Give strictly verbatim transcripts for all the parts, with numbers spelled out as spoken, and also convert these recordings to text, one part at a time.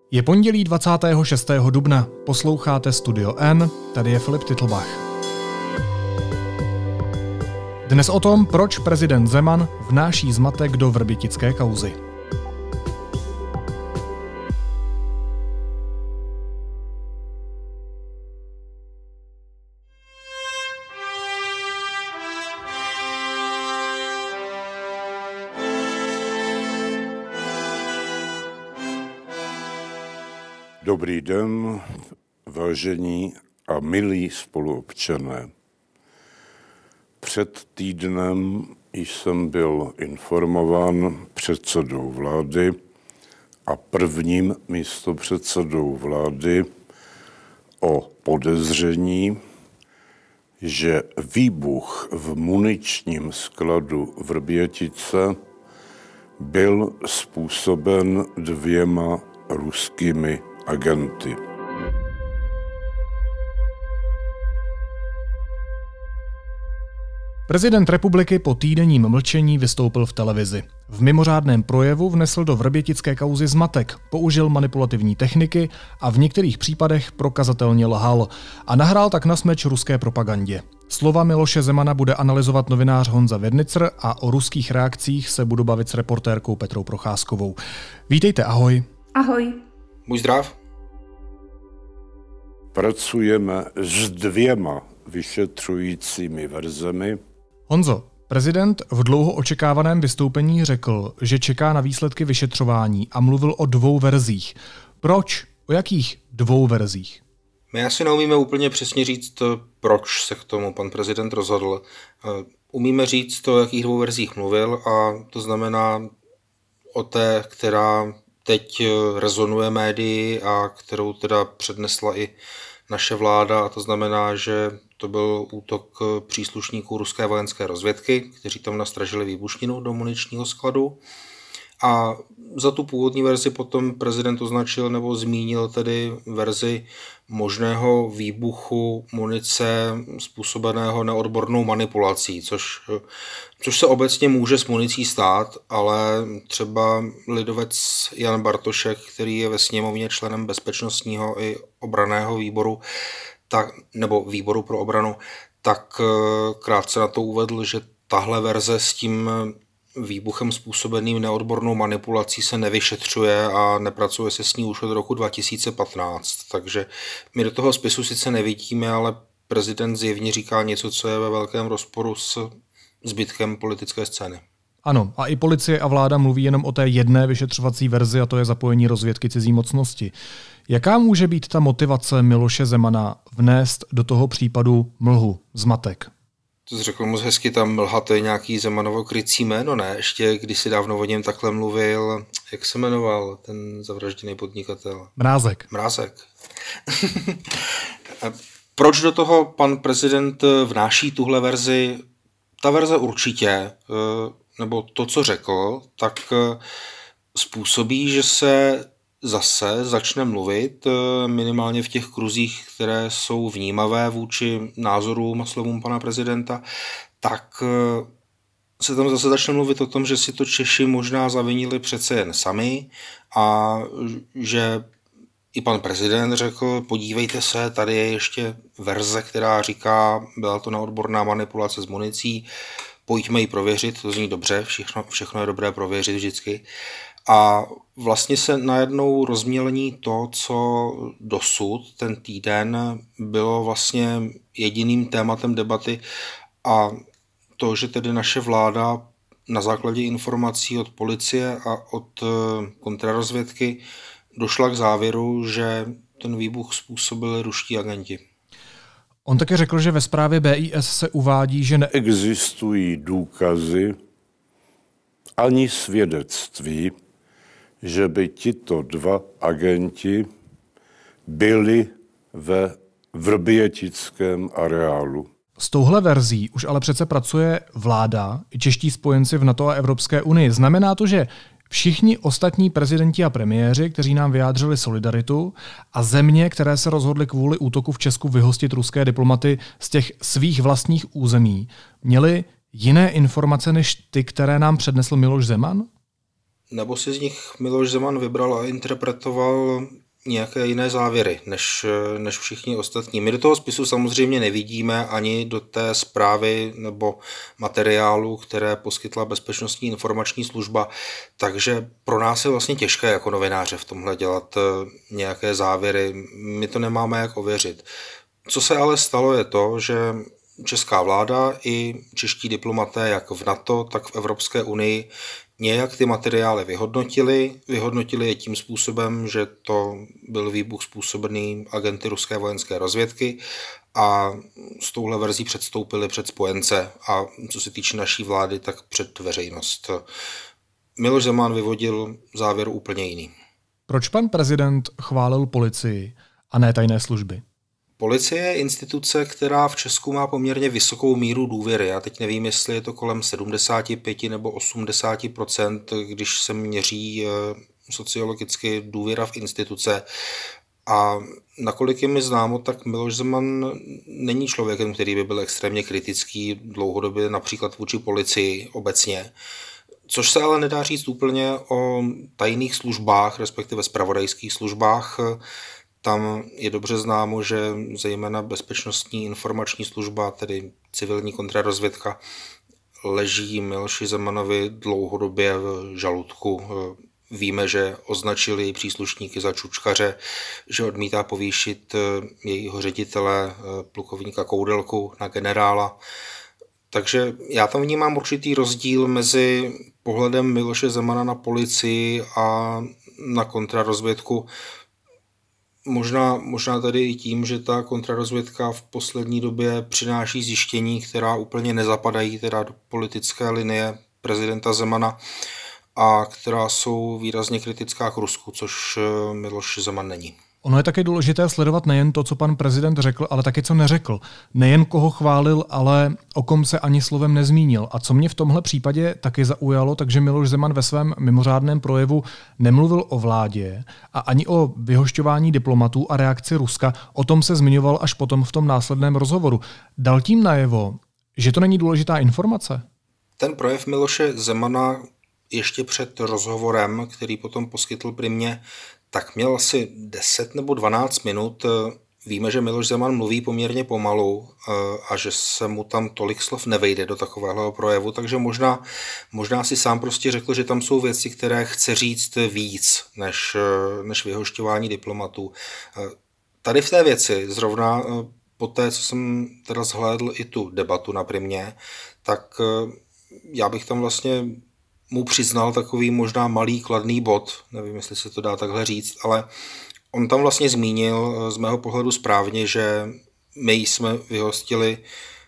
Je pondělí dvacátého šestého dubna, posloucháte Studio N, tady je Filip Titlbach. Dnes o tom, proč prezident Zeman vnáší zmatek do vrbětické kauzy. Dobrý den, vážení a milí spoluobčané. Před týdnem jsem byl informován předsedou vlády a prvním místopředsedou vlády o podezření, že výbuch v muničním skladu Vrbětice byl způsoben dvěma ruskými agenty. Prezident republiky po týdenním mlčení vystoupil v televizi. V mimořádném projevu vnesl do vrbětické kauzy zmatek, použil manipulativní techniky a v některých případech prokazatelně lhal a nahrál tak na smeč ruské propagandě. Slova Miloše Zemana bude analyzovat novinář Honza Vědnicr a o ruských reakcích se budu bavit s reportérkou Petrou Procházkovou. Vítejte, ahoj. Ahoj. Můj zdrav. Pracujeme s dvěma vyšetřujícími verzemi. Honzo, prezident v dlouho očekávaném vystoupení řekl, že čeká na výsledky vyšetřování a mluvil o dvou verzích. Proč? O jakých dvou verzích? My asi neumíme úplně přesně říct, proč se k tomu pan prezident rozhodl. Umíme říct, o jakých dvou verzích mluvil, a to znamená o té, která teď rezonuje médii a kterou teda přednesla i naše vláda, a to znamená, že to byl útok příslušníků ruské vojenské rozvědky, kteří tam nastražili výbušninu do muničního skladu. A za tu původní verzi potom prezident označil nebo zmínil tedy verzi možného výbuchu munice způsobeného neodbornou manipulací, což, což se obecně může s municí stát, ale třeba lidovec Jan Bartošek, který je ve sněmovně členem bezpečnostního i obranného výboru, tak, nebo výboru pro obranu, tak krátce na to uvedl, že tahle verze s tím výbuchem způsobeným neodbornou manipulací se nevyšetřuje a nepracuje se s ní už od roku dva tisíce patnáct. Takže my do toho spisu sice nevidíme, ale prezident zjevně říká něco, co je ve velkém rozporu s zbytkem politické scény. Ano, a i policie a vláda mluví jenom o té jedné vyšetřovací verzi, a to je zapojení rozvědky cizí mocnosti. Jaká může být ta motivace Miloše Zemana vnést do toho případu mlhu, zmatek? To jsi řekl moc hezky, tam mlha, to je nějaký Zemanovo krycí jméno, ne? Ještě když si dávno o něm takhle mluvil, jak se jmenoval ten zavražděný podnikatel? Mrázek. Mrázek. Proč do toho pan prezident vnáší tuhle verzi? Ta verze určitě, nebo to, co řekl, tak způsobí, že se zase začne mluvit minimálně v těch kruzích, které jsou vnímavé vůči názorům a slovům pana prezidenta, tak se tam zase začne mluvit o tom, že si to Češi možná zavinili přece jen sami a že i pan prezident řekl, podívejte se, tady je ještě verze, která říká, byla to neodborná manipulace s municí, pojďme ji prověřit, to zní dobře, všechno, všechno je dobré prověřit vždycky. A vlastně se najednou rozmělní to, co dosud ten týden bylo vlastně jediným tématem debaty, a to, že tedy naše vláda na základě informací od policie a od kontrarozvědky došla k závěru, že ten výbuch způsobili ruští agenti. On také řekl, že ve zprávě B I S se uvádí, že neexistují důkazy ani svědectví, že by tito dva agenti byli ve vrbětickém areálu. S touhle verzí už ale přece pracuje vláda i čeští spojenci v NATO a Evropské unii. Znamená to, že všichni ostatní prezidenti a premiéři, kteří nám vyjádřili solidaritu, a země, které se rozhodly kvůli útoku v Česku vyhostit ruské diplomaty z těch svých vlastních území, měli jiné informace než ty, které nám přednesl Miloš Zeman? nebo si z nich Miloš Zeman vybral a interpretoval nějaké jiné závěry než, než všichni ostatní. My do toho spisu samozřejmě nevidíme ani do té zprávy nebo materiálu, které poskytla Bezpečnostní informační služba, takže pro nás je vlastně těžké jako novináře v tomhle dělat nějaké závěry. My to nemáme jak ověřit. Co se ale stalo je to, že česká vláda i čeští diplomaté jak v NATO, tak v Evropské unii nějak ty materiály vyhodnotili. Vyhodnotili je tím způsobem, že to byl výbuch způsobený agenty ruské vojenské rozvědky a s touhle verzí předstoupili před spojence a co se týče naší vlády, tak před veřejnost. Miloš Zeman vyvodil závěr úplně jiný. Proč pan prezident chválil policii a ne tajné služby? Policie je instituce, která v Česku má poměrně vysokou míru důvěry. Já teď nevím, jestli je to kolem sedmdesát pět nebo osmdesát procent, když se měří sociologicky důvěra v instituce. A nakolik je mi známo, tak Miloš Zeman není člověkem, který by byl extrémně kritický dlouhodobě například vůči policii obecně. Což se ale nedá říct úplně o tajných službách, respektive zpravodajských službách. Tam je dobře známo, že zejména Bezpečnostní informační služba, tedy civilní kontrarozvědka, leží Miloši Zemanovi dlouhodobě v žaludku. Víme, že označili její příslušníky za čučkaře, že odmítá povýšit jejího ředitele, plukovníka Koudelku, na generála. Takže já tam vnímám určitý rozdíl mezi pohledem Miloše Zemana na policii a na kontrarozvědku. Možná, možná tady i tím, že ta kontrarozvědka v poslední době přináší zjištění, která úplně nezapadají teda do politické linie prezidenta Zemana a která jsou výrazně kritická k Rusku, což Miloš Zeman není. Ono je také důležité sledovat nejen to, co pan prezident řekl, ale taky co neřekl. Nejen koho chválil, ale o kom se ani slovem nezmínil. A co mě v tomhle případě taky zaujalo, takže Miloš Zeman ve svém mimořádném projevu nemluvil o vládě a ani o vyhošťování diplomatů a reakci Ruska. O tom se zmiňoval až potom v tom následném rozhovoru. Dal tím najevo, že to není důležitá informace? Ten projev Miloše Zemana ještě před rozhovorem, který potom poskytl Primě, tak měl asi deset nebo dvanáct minut. Víme, že Miloš Zeman mluví poměrně pomalu a že se mu tam tolik slov nevejde do takového projevu, takže možná, možná si sám prostě řekl, že tam jsou věci, které chce říct víc než, než vyhošťování diplomatů. Tady v té věci, zrovna po té, co jsem teda zhlédl i tu debatu na Primě, tak já bych tam vlastně mu přiznal takový možná malý kladný bod, nevím, jestli se to dá takhle říct, ale on tam vlastně zmínil z mého pohledu správně, že my jsme vyhostili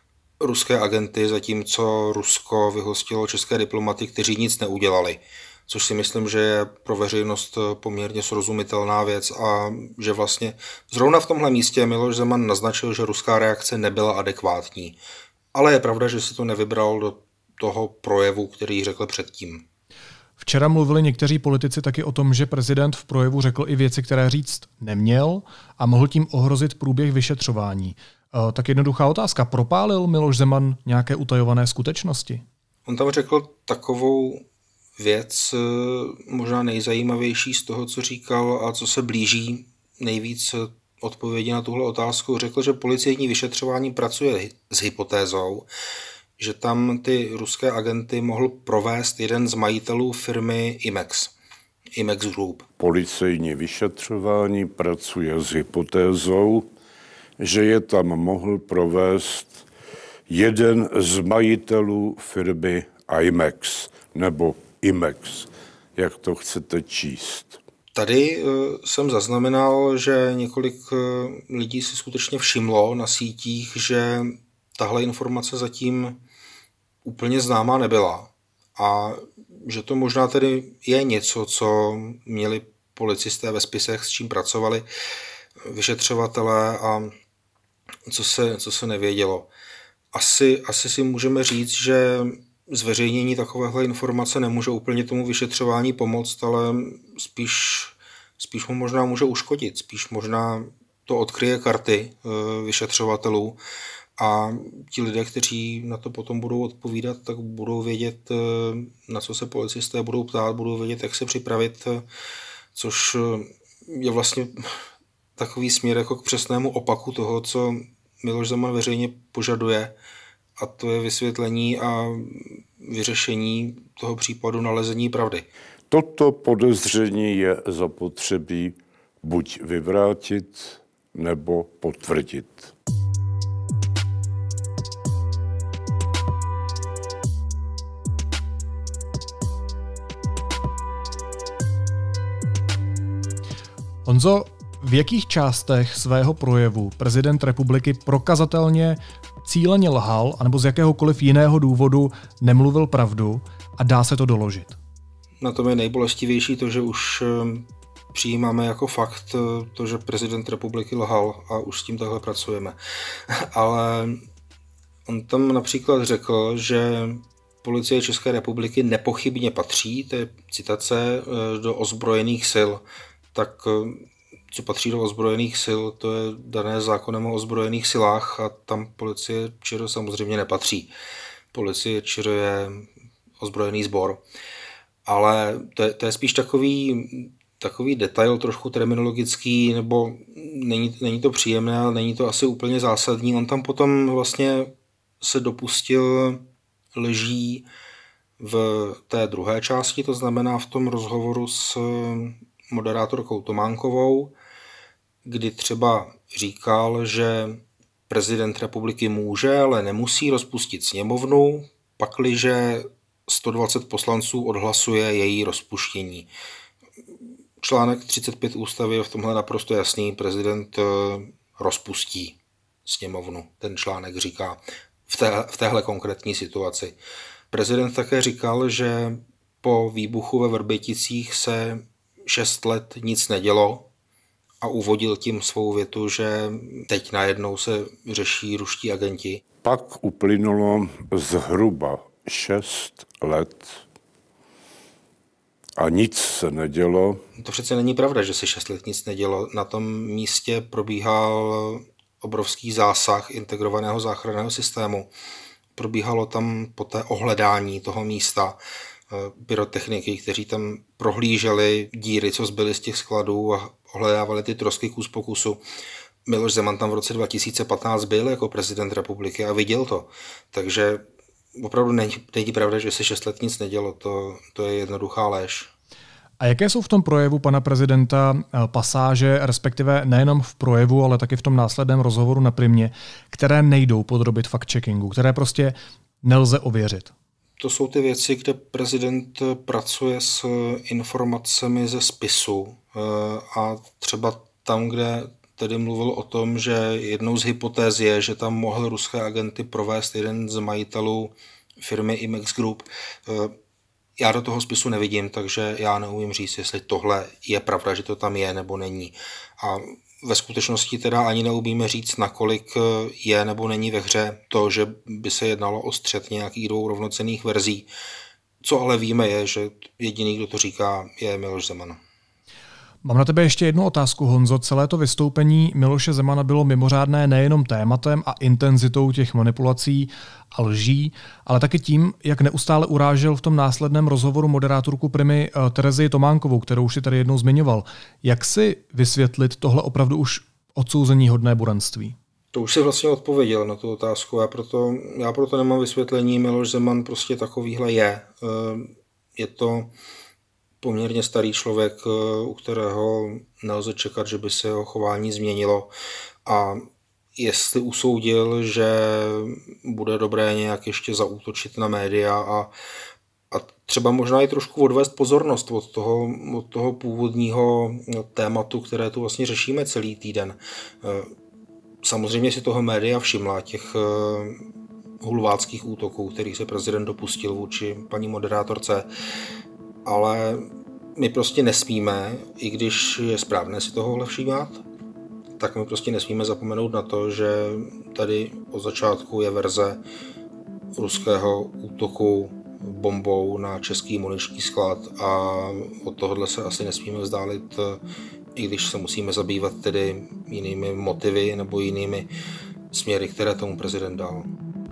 ruské agenty, zatímco Rusko vyhostilo české diplomaty, kteří nic neudělali. Což si myslím, že je pro veřejnost poměrně srozumitelná věc a že vlastně zrovna v tomhle místě Miloš Zeman naznačil, že ruská reakce nebyla adekvátní. Ale je pravda, že si to nevybral do toho projevu, který řekl předtím. Včera mluvili někteří politici taky o tom, že prezident v projevu řekl i věci, které říct neměl a mohl tím ohrozit průběh vyšetřování. E, tak jednoduchá otázka. Propálil Miloš Zeman nějaké utajované skutečnosti? On tam řekl takovou věc, možná nejzajímavější z toho, co říkal a co se blíží nejvíc odpovědi na tuhle otázku. Řekl, že policejní vyšetřování pracuje s hypotézou, že tam ty ruské agenty mohl provést jeden z majitelů firmy Imex, Imex Group. Policejní vyšetřování pracuje s hypotézou, že je tam mohl provést jeden z majitelů firmy Imex, nebo Imex, jak to chcete číst. Tady jsem zaznamenal, že několik lidí si skutečně všimlo na sítích, že tahle informace zatím úplně známá nebyla a že to možná tedy je něco, co měli policisté ve spisech, s čím pracovali vyšetřovatelé a co se, co se nevědělo. Asi, asi si můžeme říct, že zveřejnění takovéhle informace nemůže úplně tomu vyšetřování pomoct, ale spíš, spíš mu možná může uškodit, spíš možná to odkryje karty vyšetřovatelů a ti lidé, kteří na to potom budou odpovídat, tak budou vědět, na co se policisté budou ptát, budou vědět, jak se připravit, což je vlastně takový směr jako k přesnému opaku toho, co Miloš Zeman veřejně požaduje, a to je vysvětlení a vyřešení toho případu nalezení pravdy. Toto podezření je zapotřebí buď vyvrátit, nebo potvrdit. Honzo, v jakých částech svého projevu prezident republiky prokazatelně cíleně lhal, anebo z jakéhokoliv jiného důvodu nemluvil pravdu a dá se to doložit? Na tom je nejbolestivější to, že už přijímáme jako fakt to, že prezident republiky lhal a už s tím takhle pracujeme. Ale on tam například řekl, že Policie České republiky nepochybně patří, to je citace, do ozbrojených sil. Tak co patří do ozbrojených sil, to je dané zákonem o ozbrojených silách a tam Policie ČR samozřejmě nepatří. Policie ČR je ozbrojený sbor. Ale to je, to je spíš takový, takový detail, trošku terminologický, nebo není, není to příjemné, ale není to asi úplně zásadní. On tam potom vlastně se dopustil lží v té druhé části, to znamená v tom rozhovoru s moderátorkou Tománkovou, kdy třeba říkal, že prezident republiky může, ale nemusí rozpustit sněmovnu, pakliže sto dvacet poslanců odhlasuje její rozpuštění. Článek třicet pět ústavy je v tomhle naprosto jasný. Prezident rozpustí sněmovnu. Ten článek říká v, té, v téhle konkrétní situaci. Prezident také říkal, že po výbuchu ve Vrběticích se šest let nic nedělo a uvodil tím svou větu, že teď najednou se řeší ruští agenti. Pak uplynulo zhruba šest let a nic se nedělo. To přece není pravda, že se šest let nic nedělo. Na tom místě probíhal obrovský zásah integrovaného záchranného systému. Probíhalo tam poté ohledání toho místa pyrotechniky, kteří tam prohlíželi díry, co zbyly z těch skladů a ohledávali ty trosky kus po kusu. Miloš Zeman tam v roce dva tisíce patnáct byl jako prezident republiky a viděl to. Takže opravdu není, není pravda, že se šest let nic nedělo. To, to je jednoduchá lež. A jaké jsou v tom projevu pana prezidenta pasáže, respektive nejenom v projevu, ale taky v tom následném rozhovoru na Primě, které nejdou podrobit fact-checkingu, které prostě nelze ověřit? To jsou ty věci, kde prezident pracuje s informacemi ze spisu a třeba tam, kde tedy mluvil o tom, že jednou z hypotéz je, že tam mohl ruské agenty provést jeden z majitelů firmy Imex Group. Já do toho spisu nevidím, takže já neumím říct, jestli tohle je pravda, že to tam je nebo není. A ve skutečnosti teda ani neumíme říct, nakolik je nebo není ve hře to, že by se jednalo o střet nějakých dvou rovnocenných verzí. Co ale víme je, že jediný, kdo to říká, je Miloš Zeman. Mám na tebe ještě jednu otázku, Honzo. Celé to vystoupení Miloše Zemana bylo mimořádné nejenom tématem a intenzitou těch manipulací a lží, ale taky tím, jak neustále urážel v tom následném rozhovoru moderátorku Primy Terezii Tománkovou, kterou už si tady jednou zmiňoval. Jak si vysvětlit tohle opravdu už odsouzení hodné buranství? To už si vlastně odpověděl na tu otázku. Já proto, já proto nemám vysvětlení. Miloš Zeman prostě takovýhle je. Je to poměrně starý člověk, u kterého nelze čekat, že by se jeho chování změnilo. A jestli usoudil, že bude dobré nějak ještě zaútočit na média a, a třeba možná i trošku odvést pozornost od toho, od toho původního tématu, které tu vlastně řešíme celý týden. Samozřejmě si toho média všimla, těch hulváckých útoků, který se prezident dopustil vůči paní moderátorce, ale my prostě nesmíme, i když je správné si tohohle všímat, tak my prostě nesmíme zapomenout na to, že tady od začátku je verze ruského útoku bombou na český muniční sklad a od tohohle se asi nesmíme vzdálit, i když se musíme zabývat tedy jinými motivy nebo jinými směry, které tomu prezident dal.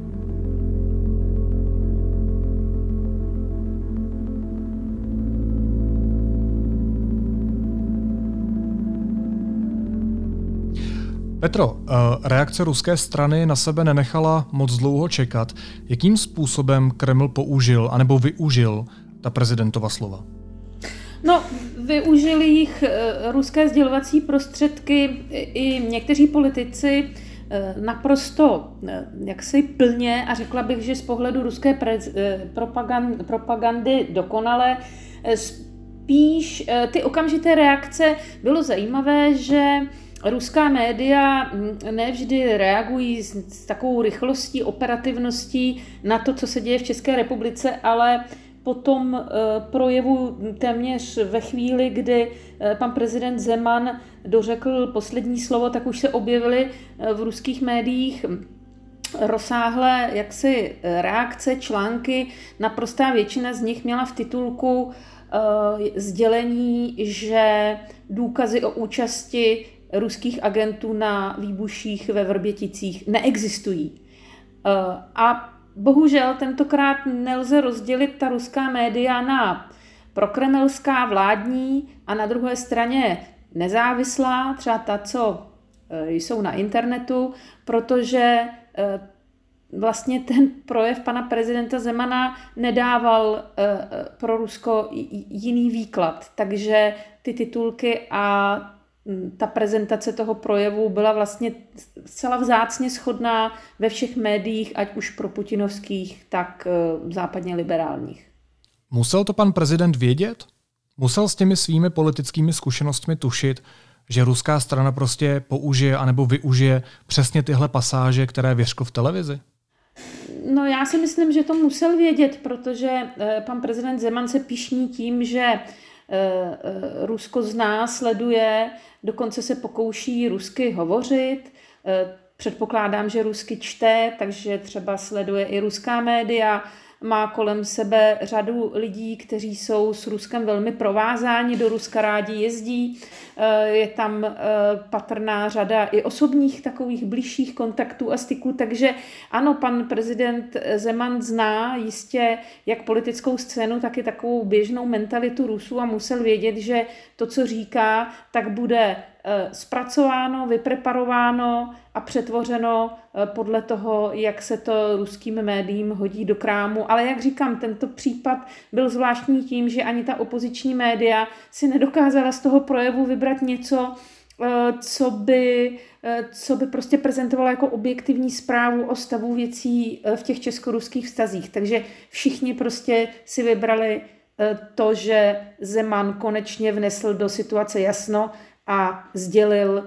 Petro, reakce ruské strany na sebe nenechala moc dlouho čekat. Jakým způsobem Kreml použil anebo využil ta prezidentova slova? No, využili jich ruské sdělovací prostředky i někteří politici naprosto jaksi plně a řekla bych, že z pohledu ruské prez, propagandy, propagandy dokonale. Spíš ty okamžité reakce bylo zajímavé, že ruská média nevždy reagují s, s takovou rychlostí, operativností na to, co se děje v České republice, ale po tom projevu téměř ve chvíli, kdy pan prezident Zeman dořekl poslední slovo, tak už se objevily v ruských médiích rozsáhlé jaksi reakce, články. Naprostá většina z nich měla v titulku uh, sdělení, že důkazy o účasti ruských agentů na výbuších ve Vrběticích neexistují. Uh, a bohužel tentokrát nelze rozdělit ta ruská média na prokremelská, vládní a na druhé straně nezávislá, třeba ta, co jsou na internetu, protože vlastně ten projev pana prezidenta Zemana nedával pro Rusko jiný výklad. Takže ty titulky a ta prezentace toho projevu byla vlastně zcela vzácně shodná ve všech médiích, ať už pro putinovských, tak západně liberálních. Musel to pan prezident vědět? Musel s těmi svými politickými zkušenostmi tušit, že ruská strana prostě použije anebo využije přesně tyhle pasáže, které vyřkl v televizi? No já si myslím, že to musel vědět, protože pan prezident Zeman se pyšní tím, že Rusko zná, sleduje, dokonce se pokouší rusky hovořit. Předpokládám, že rusky čte, takže třeba sleduje i ruská média. Má kolem sebe řadu lidí, kteří jsou s Ruskem velmi provázáni, do Ruska rádi jezdí. Je tam patrná řada i osobních takových bližších kontaktů a styků, takže ano, pan prezident Zeman zná jistě jak politickou scénu, tak i takovou běžnou mentalitu Rusů a musel vědět, že to, co říká, tak bude zpracováno, vypreparováno a přetvořeno podle toho, jak se to ruským médiím hodí do krámu. Ale jak říkám, tento případ byl zvláštní tím, že ani ta opoziční média si nedokázala z toho projevu vybrat něco, co by, co by prostě prezentovalo jako objektivní zprávu o stavu věcí v těch česko-ruských vztazích. Takže všichni prostě si vybrali to, že Zeman konečně vnesl do situace jasno a sdělil,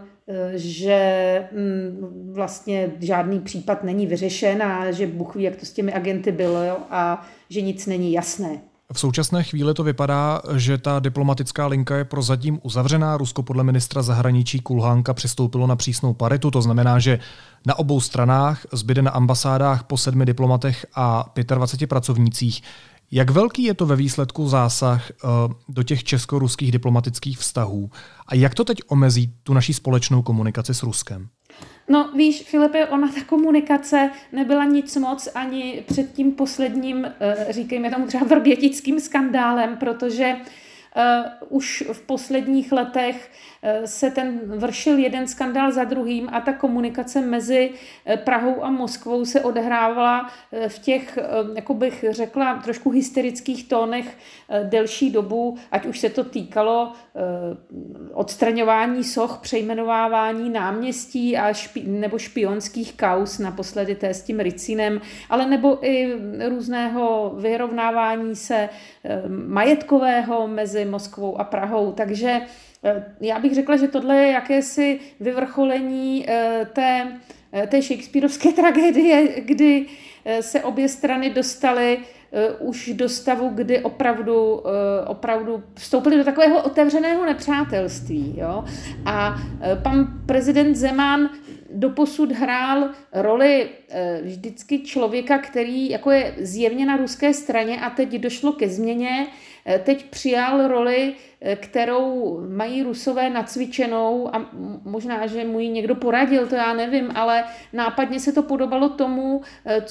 že vlastně žádný případ není vyřešen a že Bůh ví, jak to s těmi agenty bylo, jo, a že nic není jasné. V současné chvíli to vypadá, že ta diplomatická linka je prozatím uzavřená. Rusko podle ministra zahraničí Kulhánka přistoupilo na přísnou paritu, to znamená, že na obou stranách zbyde na ambasádách po sedmi diplomatech a dvaceti pěti pracovnících. Jak velký je to ve výsledku zásah do těch česko-ruských diplomatických vztahů a jak to teď omezí tu naší společnou komunikaci s Ruskem? No víš, Filipe, ona ta komunikace nebyla nic moc ani před tím posledním, říkejme tomu třeba vrbětickým skandálem, protože Uh, už v posledních letech uh, se ten vršil jeden skandál za druhým a ta komunikace mezi uh, Prahou a Moskvou se odehrávala uh, v těch, uh, jako bych řekla, trošku hysterických tónech uh, delší dobu, ať už se to týkalo uh, odstraňování soch, přejmenovávání náměstí a špi- nebo špionských kauz, naposledy té s tím Ricinem, ale nebo i různého vyrovnávání se uh, majetkového mezi Moskvou a Prahou. Takže já bych řekla, že tohle je jakési vyvrcholení té, té shakespearovské tragédie, kdy se obě strany dostaly už do stavu, kdy opravdu, opravdu vstoupili do takového otevřeného nepřátelství. Jo? A pan prezident Zeman doposud hrál roli vždycky člověka, který jako je zjevně na ruské straně a teď došlo ke změně teď přijal roli, kterou mají Rusové nacvičenou a možná, že mu ji někdo poradil, to já nevím, ale nápadně se to podobalo tomu,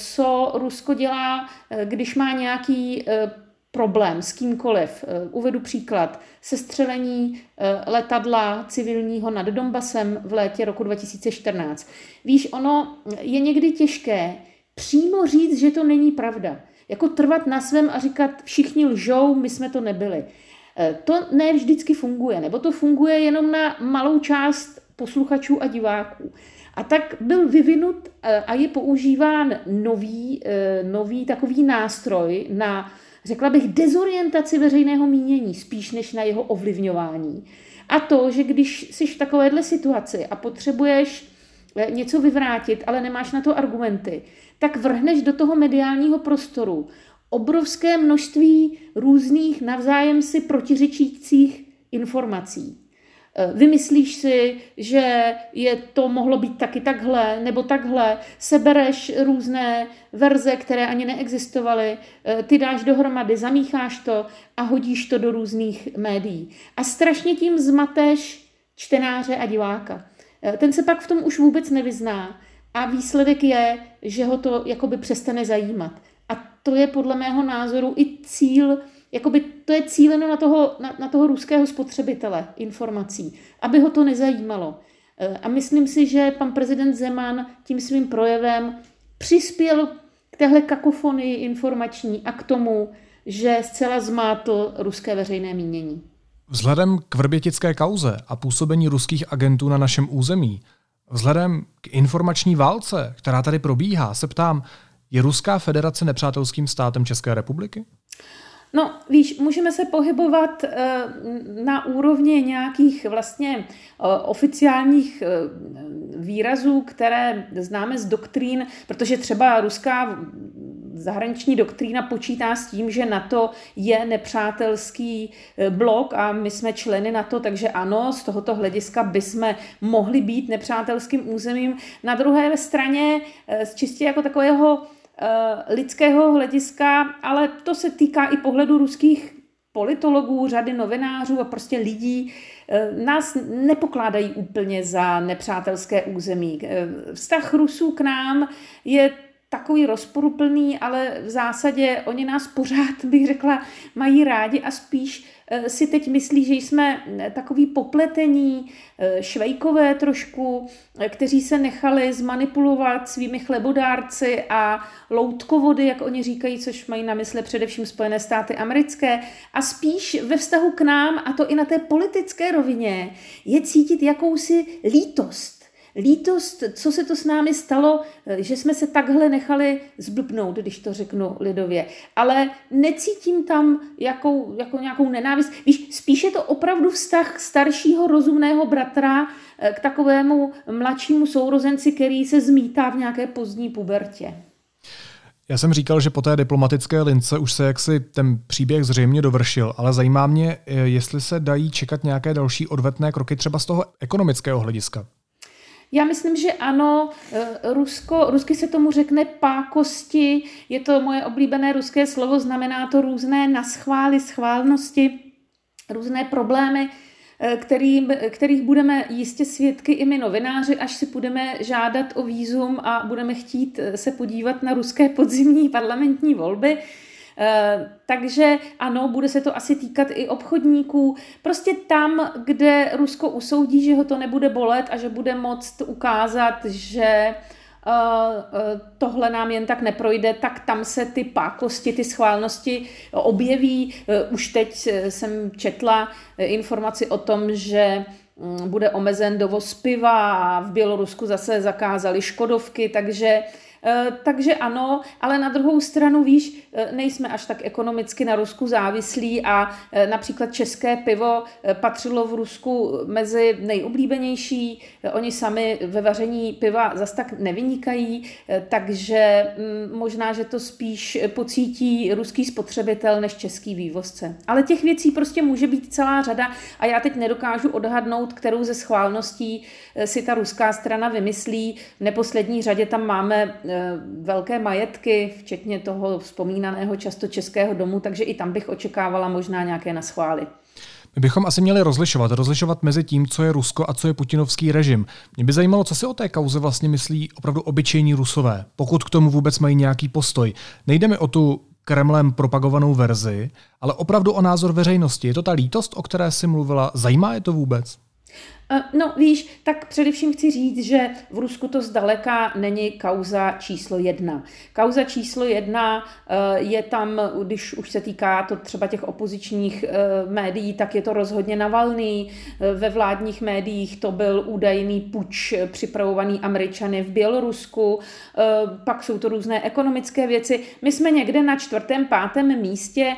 co Rusko dělá, když má nějaký problém s kýmkoliv. Uvedu příklad. Sestřelení letadla civilního nad Donbasem v létě roku dva tisíce čtrnáct. Víš, ono je někdy těžké přímo říct, že to není pravda. Jako trvat na svém a říkat, všichni lžou, my jsme to nebyli. To ne vždycky funguje, nebo to funguje jenom na malou část posluchačů a diváků. A tak byl vyvinut a je používán nový, nový takový nástroj na, řekla bych, dezorientaci veřejného mínění, spíš než na jeho ovlivňování. A to, že když jsi v takovéhle situaci a potřebuješ něco vyvrátit, ale nemáš na to argumenty, tak vrhneš do toho mediálního prostoru obrovské množství různých navzájem si protiřečících informací. Vymyslíš si, že je to mohlo být taky takhle nebo takhle, sebereš různé verze, které ani neexistovaly, ty dáš dohromady, zamícháš to a hodíš to do různých médií. A strašně tím zmateš čtenáře a diváka. Ten se pak v tom už vůbec nevyzná a výsledek je, že ho to jakoby přestane zajímat. A to je podle mého názoru i cíl, jakoby to je cíleno na toho, na, na toho ruského spotřebitele informací, aby ho to nezajímalo. A myslím si, že pan prezident Zeman tím svým projevem přispěl k téhle kakofonii informační a k tomu, že zcela zmátl ruské veřejné mínění. Vzhledem k vrbětické kauze a působení ruských agentů na našem území, vzhledem k informační válce, která tady probíhá, se ptám, je Ruská federace nepřátelským státem České republiky? No, víš, můžeme se pohybovat na úrovni nějakých vlastně oficiálních výrazů, které známe z doktrín, protože třeba ruská zahraniční doktrína počítá s tím, že NATO je nepřátelský blok a my jsme členy NATO, takže ano, z tohoto hlediska bychom mohli být nepřátelským územím. Na druhé straně z čistě jako takového lidského hlediska, ale to se týká i pohledu ruských politologů, řady novinářů a prostě lidí, nás nepokládají úplně za nepřátelské území. Vztah Rusů k nám je takový rozporuplný, ale v zásadě oni nás pořád, bych řekla, mají rádi a spíš si teď myslí, že jsme takový popletení, švejkové trošku, kteří se nechali zmanipulovat svými chlebodárci a loutkovody, jak oni říkají, což mají na mysli především Spojené státy americké. A spíš ve vztahu k nám, a to i na té politické rovině, je cítit jakousi lítost. Lítost, co se to s námi stalo, že jsme se takhle nechali zblbnout, když to řeknu lidově. Ale necítím tam jakou, jako nějakou nenávist. Víš, spíš je to opravdu vztah staršího rozumného bratra k takovému mladšímu sourozenci, který se zmítá v nějaké pozdní pubertě. Já jsem říkal, že po té diplomatické lince už se jaksi ten příběh zřejmě dovršil, ale zajímá mě, jestli se dají čekat nějaké další odvetné kroky třeba z toho ekonomického hlediska. Já myslím, že ano, Rusko, rusky se tomu řekne pákosti, je to moje oblíbené ruské slovo, znamená to různé naschvály, schválnosti, různé problémy, který, kterých budeme jistě svědky i my novináři, až si budeme žádat o vízum a budeme chtít se podívat na ruské podzimní parlamentní volby. Takže ano, bude se to asi týkat i obchodníků. Prostě tam, kde Rusko usoudí, že ho to nebude bolet a že bude moct ukázat, že tohle nám jen tak neprojde, tak tam se ty pákosti, ty schválnosti objeví. Už teď jsem četla informaci o tom, že bude omezen dovoz piva a v Bělorusku zase zakázali škodovky, takže Takže ano, ale na druhou stranu, víš, nejsme až tak ekonomicky na Rusku závislí a například české pivo patřilo v Rusku mezi nejoblíbenější. Oni sami ve vaření piva zas tak nevynikají, takže možná, že to spíš pocítí ruský spotřebitel než český vývozce. Ale těch věcí prostě může být celá řada a já teď nedokážu odhadnout, kterou ze schválností si ta ruská strana vymyslí. V neposlední řadě tam máme velké majetky, včetně toho vzpomínaného často Českého domu, takže i tam bych očekávala možná nějaké naschvály. My bychom asi měli rozlišovat, rozlišovat mezi tím, co je Rusko a co je putinovský režim. Mě by zajímalo, co si o té kauze vlastně myslí opravdu obyčejní Rusové, pokud k tomu vůbec mají nějaký postoj. Nejde mi o tu Kremlem propagovanou verzi, ale opravdu o názor veřejnosti. Je to ta lítost, o které jsi mluvila? Zajímá je to vůbec? No víš, tak především chci říct, že v Rusku to zdaleka není kauza číslo jedna. Kauza číslo jedna je tam, když už se týká to třeba těch opozičních médií, tak je to rozhodně Navalný. Ve vládních médiích to byl údajný puč připravovaný Američany v Bělorusku. Pak jsou to různé ekonomické věci. My jsme někde na čtvrtém, pátém místě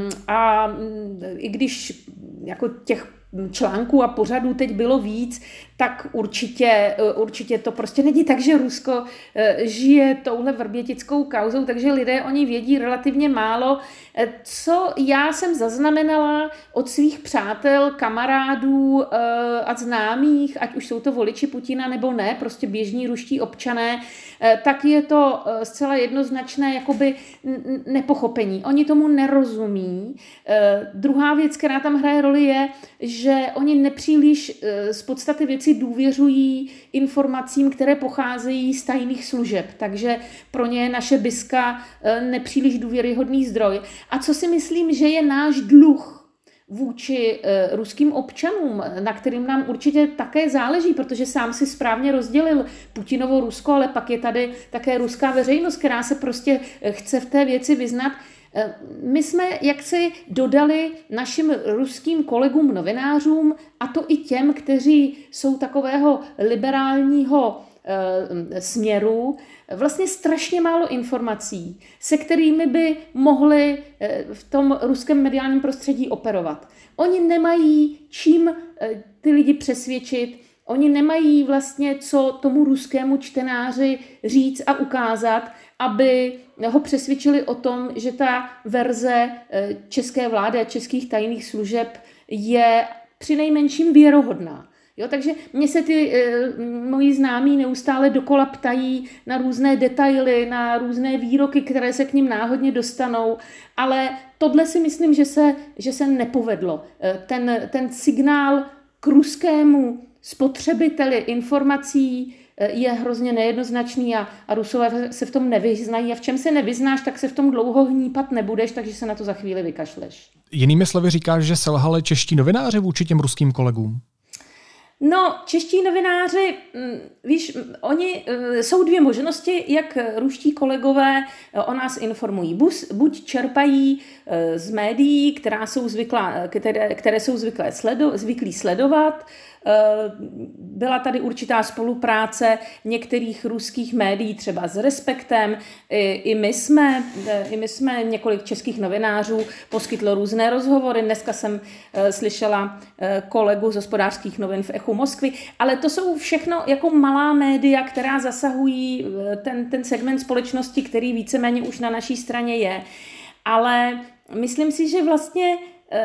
a i když jako těch článků a pořadů teď bylo víc, tak určitě, určitě to prostě není tak, že Rusko žije touhle vrbětickou kauzou, takže lidé o ní vědí relativně málo. Co já jsem zaznamenala od svých přátel, kamarádů a známých, ať už jsou to voliči Putina nebo ne, prostě běžní ruští občané, tak je to zcela jednoznačné jakoby nepochopení. Oni tomu nerozumí. Druhá věc, která tam hraje roli, je, že oni nepříliš z podstaty věci důvěřují informacím, které pocházejí z tajných služeb. Takže pro ně je naše biska nepříliš důvěryhodný zdroj. A co si myslím, že je náš dluh vůči e, ruským občanům, na kterým nám určitě také záleží, protože sám si správně rozdělil Putinovo Rusko, ale pak je tady také ruská veřejnost, která se prostě chce v té věci vyznat. E, my jsme jaksi dodali našim ruským kolegům novinářům, a to i těm, kteří jsou takového liberálního e, směru, vlastně strašně málo informací, se kterými by mohli v tom ruském mediálním prostředí operovat. Oni nemají čím ty lidi přesvědčit, oni nemají vlastně co tomu ruskému čtenáři říct a ukázat, aby ho přesvědčili o tom, že ta verze české vlády a českých tajných služeb je přinejmenším věrohodná. Jo, takže mě se ty e, moji známí neustále dokola ptají na různé detaily, na různé výroky, které se k ním náhodně dostanou, ale tohle si myslím, že se, že se nepovedlo. E, ten, ten signál k ruskému spotřebiteli informací e, je hrozně nejednoznačný a, a Rusové se v tom nevyznají a v čem se nevyznáš, tak se v tom dlouho hnípat nebudeš, takže se na to za chvíli vykašleš. Jinými slovy říkáš, že selhali čeští novináři vůči těm ruským kolegům? No, čeští novináři, víš, oni, jsou dvě možnosti, jak ruští kolegové o nás informují. Buď čerpají z médií, která jsou zvyklá, které, které jsou zvyklé sledo, zvyklí sledovat. Byla tady určitá spolupráce některých ruských médií, třeba s Respektem. I, i, my jsme, I my jsme, několik českých novinářů, poskytlo různé rozhovory. Dneska jsem slyšela kolegu z Hospodářských novin v Echu Moskvy. Ale to jsou všechno jako malá média, která zasahují ten, ten segment společnosti, který víceméně už na naší straně je. Ale myslím si, že vlastně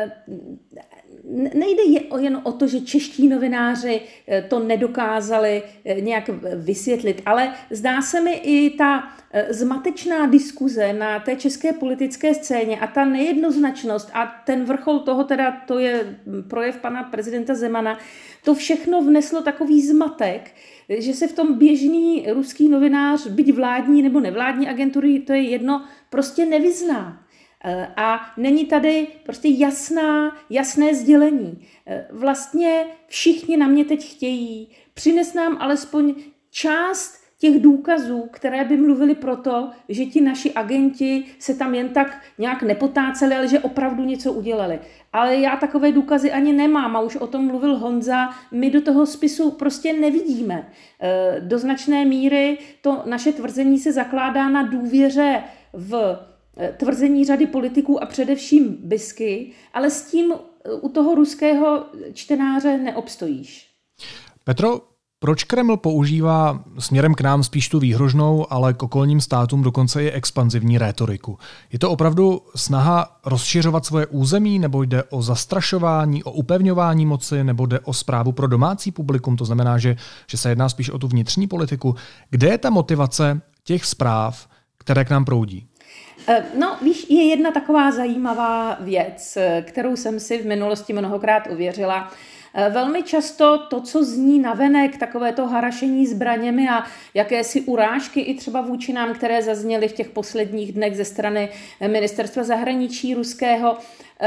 nejde jen o to, že čeští novináři to nedokázali nějak vysvětlit, ale zdá se mi i ta zmatečná diskuze na té české politické scéně a ta nejednoznačnost a ten vrchol toho, teda to je projev pana prezidenta Zemana, to všechno vneslo takový zmatek, že se v tom běžný ruský novinář, byť vládní nebo nevládní agentury, to je jedno, prostě nevyzná. A není tady prostě jasná, jasné sdělení. Vlastně všichni na mě teď chtějí, přines nám alespoň část těch důkazů, které by mluvili proto, že ti naši agenti se tam jen tak nějak nepotáceli, ale že opravdu něco udělali. Ale já takové důkazy ani nemám a už o tom mluvil Honza, my do toho spisu prostě nevidíme. Do značné míry to naše tvrzení se zakládá na důvěře v tvrzení řady politiků a především bisky, ale s tím u toho ruského čtenáře neobstojíš. Petro, proč Kreml používá směrem k nám spíš tu výhružnou, ale k okolním státům dokonce i expanzivní rétoriku? Je to opravdu snaha rozšiřovat svoje území, nebo jde o zastrašování, o upevňování moci, nebo jde o správu pro domácí publikum? To znamená, že, že se jedná spíš o tu vnitřní politiku. Kde je ta motivace těch zpráv, které k nám proudí? No, víš, je jedna taková zajímavá věc, kterou jsem si v minulosti mnohokrát uvěřila. Velmi často to, co zní navenek, takové to harašení zbraněmi a jakési urážky i třeba vůči nám, které zazněly v těch posledních dnech ze strany ministerstva zahraničí ruského,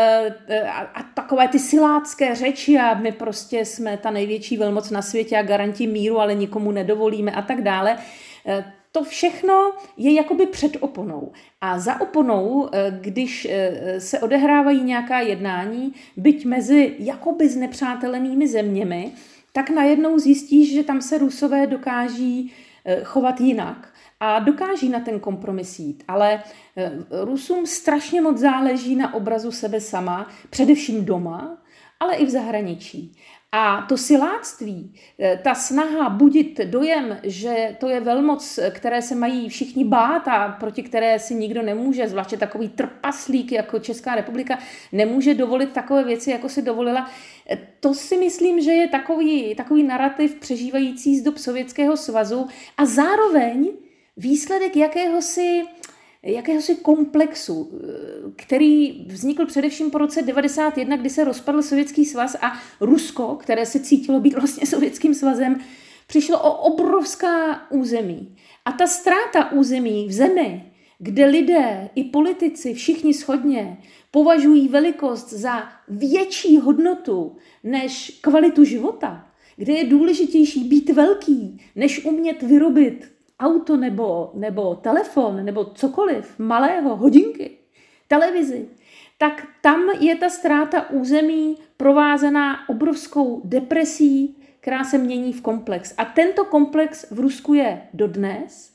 a takové ty silácké řeči a my prostě jsme ta největší velmoc na světě a garanti míru, ale nikomu nedovolíme a tak dále. To všechno je jakoby před oponou. A za oponou, když se odehrávají nějaká jednání, byť mezi jakoby znepřátelenými zeměmi, tak najednou zjistíš, že tam se Rusové dokáží chovat jinak a dokáží na ten kompromis jít. Ale Rusům strašně moc záleží na obrazu sebe sama, především doma, ale i v zahraničí. A to siláctví, ta snaha budit dojem, že to je velmoc, které se mají všichni bát a proti které si nikdo nemůže, zvláště takový trpaslík jako Česká republika, nemůže dovolit takové věci, jako si dovolila. To si myslím, že je takový, takový narrativ přežívající z dob Sovětského svazu a zároveň výsledek jakéhosi jakéhosi komplexu, který vznikl především po roce devadesát jedna, kdy se rozpadl Sovětský svaz a Rusko, které se cítilo být vlastně Sovětským svazem, přišlo o obrovská území. A ta ztráta území v zemi, kde lidé i politici všichni shodně považují velikost za větší hodnotu než kvalitu života, kde je důležitější být velký, než umět vyrobit auto nebo, nebo telefon nebo cokoliv malého, hodinky, televizi, tak tam je ta ztráta území provázená obrovskou depresí, která se mění v komplex. A tento komplex v Rusku je dodnes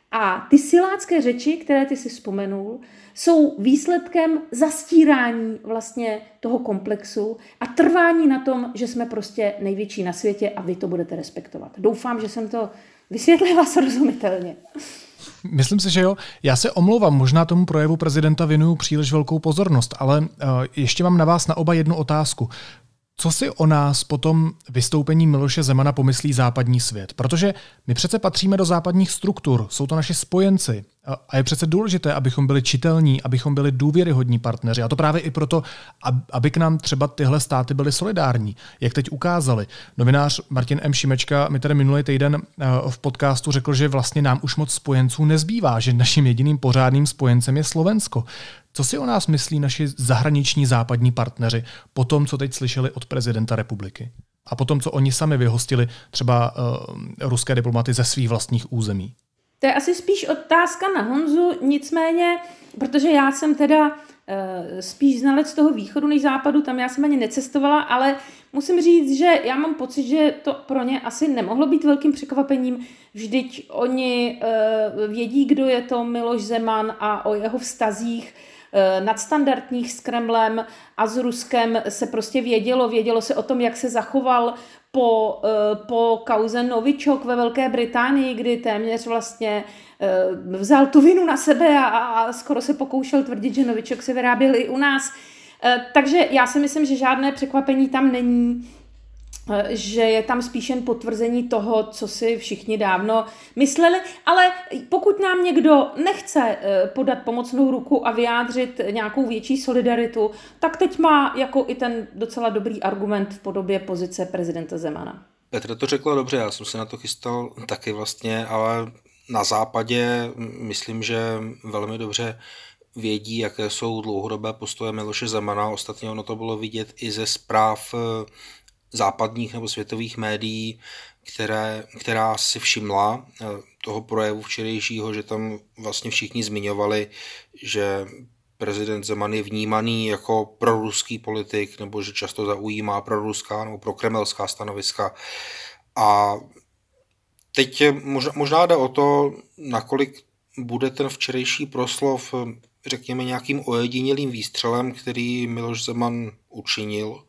a ty silácké řeči, které ty si vzpomenul, jsou výsledkem zastírání vlastně toho komplexu a trvání na tom, že jsme prostě největší na světě a vy to budete respektovat. Doufám, že jsem to vysvětlila srozumitelně. Myslím si, že jo. Já se omlouvám, možná tomu projevu prezidenta věnuju příliš velkou pozornost, ale uh, ještě mám na vás na oba jednu otázku. Co si o nás po tom vystoupení Miloše Zemana pomyslí západní svět? Protože my přece patříme do západních struktur, jsou to naši spojenci a je přece důležité, abychom byli čitelní, abychom byli důvěryhodní partneři. A to právě i proto, aby k nám třeba tyhle státy byly solidární, jak teď ukázali. Novinář Martin M. Šimečka mi tady minulý týden v podcastu řekl, že vlastně nám už moc spojenců nezbývá, že naším jediným pořádným spojencem je Slovensko. Co si o nás myslí naši zahraniční západní partneři po tom, co teď slyšeli od prezidenta republiky? A po tom, co oni sami vyhostili třeba uh, ruské diplomaty ze svých vlastních území? To je asi spíš otázka na Honzu, nicméně, protože já jsem teda uh, spíš znalec toho východu než západu, tam já jsem ani necestovala, ale musím říct, že já mám pocit, že to pro ně asi nemohlo být velkým překvapením. Vždyť oni uh, vědí, kdo je to Miloš Zeman a o jeho vztazích nadstandardních s Kremlem a s Ruskem se prostě vědělo, vědělo se o tom, jak se zachoval po, po kauze Novičok ve Velké Británii, kdy téměř vlastně vzal tu vinu na sebe a, a skoro se pokoušel tvrdit, že Novičok se vyráběl i u nás. Takže já si myslím, že žádné překvapení tam není, že je tam spíš jen potvrzení toho, co si všichni dávno mysleli, ale pokud nám někdo nechce podat pomocnou ruku a vyjádřit nějakou větší solidaritu, tak teď má jako i ten docela dobrý argument v podobě pozice prezidenta Zemana. Petra to řekla dobře, já jsem se na to chystal taky vlastně, ale na západě myslím, že velmi dobře vědí, jaké jsou dlouhodobé postoje Miloše Zemana. Ostatně ono to bylo vidět i ze zpráv západních nebo světových médií, které, která si všimla toho projevu včerejšího, že tam vlastně všichni zmiňovali, že prezident Zeman je vnímaný jako proruský politik, nebo že často zaujímá proruská nebo prokremelská stanoviska. A teď možná, možná jde o to, nakolik bude ten včerejší proslov, řekněme, nějakým ojedinělým výstřelem, který Miloš Zeman učinil,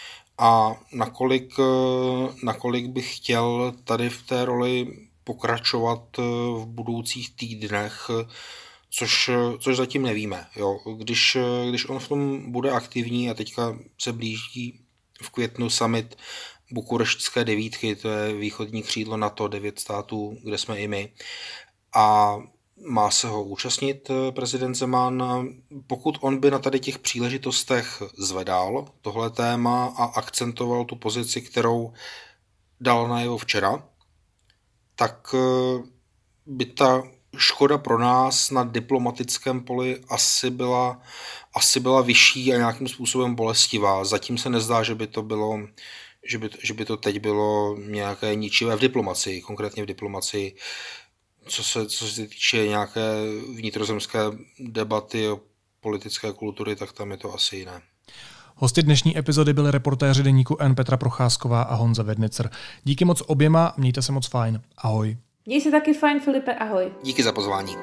a nakolik, nakolik bych chtěl tady v té roli pokračovat v budoucích týdnech, což, což zatím nevíme. Jo. Když, když on v tom bude aktivní a teďka se blíží v květnu summit Bukureštské devítky, to je východní křídlo NATO, devět států, kde jsme i my, a má se ho účastnit prezident Zeman. Pokud on by na tady těch příležitostech zvedal tohle téma a akcentoval tu pozici, kterou dal najevo včera, tak by ta škoda pro nás na diplomatickém poli asi byla, asi byla vyšší a nějakým způsobem bolestivá. Zatím se nezdá, že by to bylo, že by, že by to teď bylo nějaké ničivé v diplomacii, konkrétně v diplomacii. Co se, co se týče nějaké vnitrozemské debaty o politické kultury, tak tam je to asi jiné. Hosty dnešní epizody byli reportéři deníku N Petra Procházková a Honza Vednicer. Díky moc oběma, mějte se moc fajn. Ahoj. Měj se taky fajn, Filipe, ahoj. Díky za pozvání.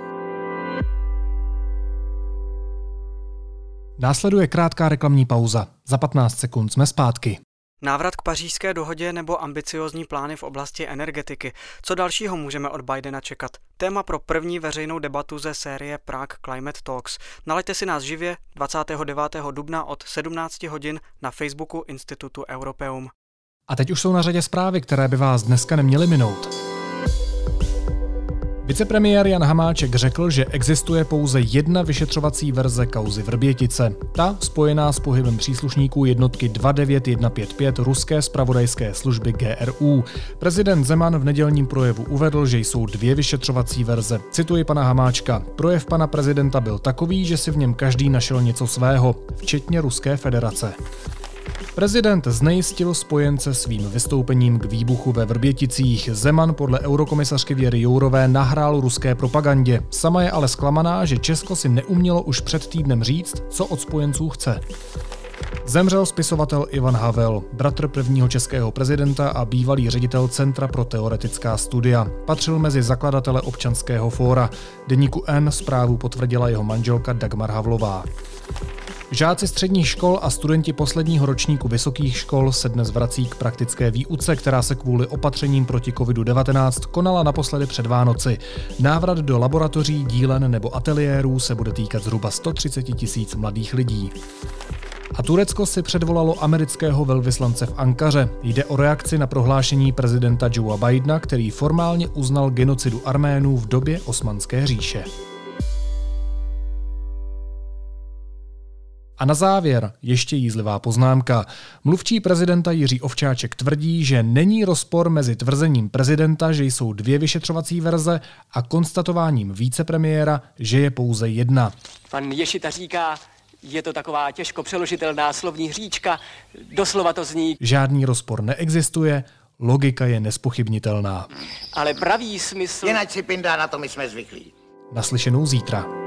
Následuje krátká reklamní pauza. Za patnáct sekund jsme zpátky. Návrat k Pařížské dohodě nebo ambiciózní plány v oblasti energetiky. Co dalšího můžeme od Bidena čekat? Téma pro první veřejnou debatu ze série Prague Climate Talks. Nalaďte si nás živě dvacátého devátého dubna od sedmnáct hodin na Facebooku Institutu Europeum. A teď už jsou na řadě zprávy, které by vás dneska neměly minout. Vicepremiér Jan Hamáček řekl, že existuje pouze jedna vyšetřovací verze kauzy Vrbětice. Ta spojená s pohybem příslušníků jednotky dva devět jedna pět pět ruské zpravodajské služby G R U. Prezident Zeman v nedělním projevu uvedl, že jsou dvě vyšetřovací verze. Cituji pana Hamáčka. Projev pana prezidenta byl takový, že si v něm každý našel něco svého, včetně Ruské federace. Prezident znejistil spojence svým vystoupením k výbuchu ve Vrběticích. Zeman podle eurokomisařky Věry Jourové nahrál ruské propagandě. Sama je ale zklamaná, že Česko si neumělo už před týdnem říct, co od spojenců chce. Zemřel spisovatel Ivan Havel, bratr prvního českého prezidenta a bývalý ředitel Centra pro teoretická studia. Patřil mezi zakladatele Občanského fóra. Deníku N zprávu potvrdila jeho manželka Dagmar Havlová. Žáci středních škol a studenti posledního ročníku vysokých škol se dnes vrací k praktické výuce, která se kvůli opatřením proti kovidu devatenáct konala naposledy před Vánoci. Návrat do laboratoří, dílen nebo ateliérů se bude týkat zhruba sto třicet tisíc mladých lidí. A Turecko si předvolalo amerického velvyslance v Ankaře. Jde o reakci na prohlášení prezidenta Joea Bidena, který formálně uznal genocidu Arménů v době Osmanské říše. A na závěr ještě jízlivá poznámka. Mluvčí prezidenta Jiří Ovčáček tvrdí, že není rozpor mezi tvrzením prezidenta, že jsou dvě vyšetřovací verze, a konstatováním vicepremiéra, že je pouze jedna. Pan Ješita říká, je to taková těžko přeložitelná slovní hříčka, doslova to zní. Žádný rozpor neexistuje, logika je nespochybnitelná. Ale pravý smysl... Jen ať si pindá, na to my jsme zvyklí. Naslyšenou zítra.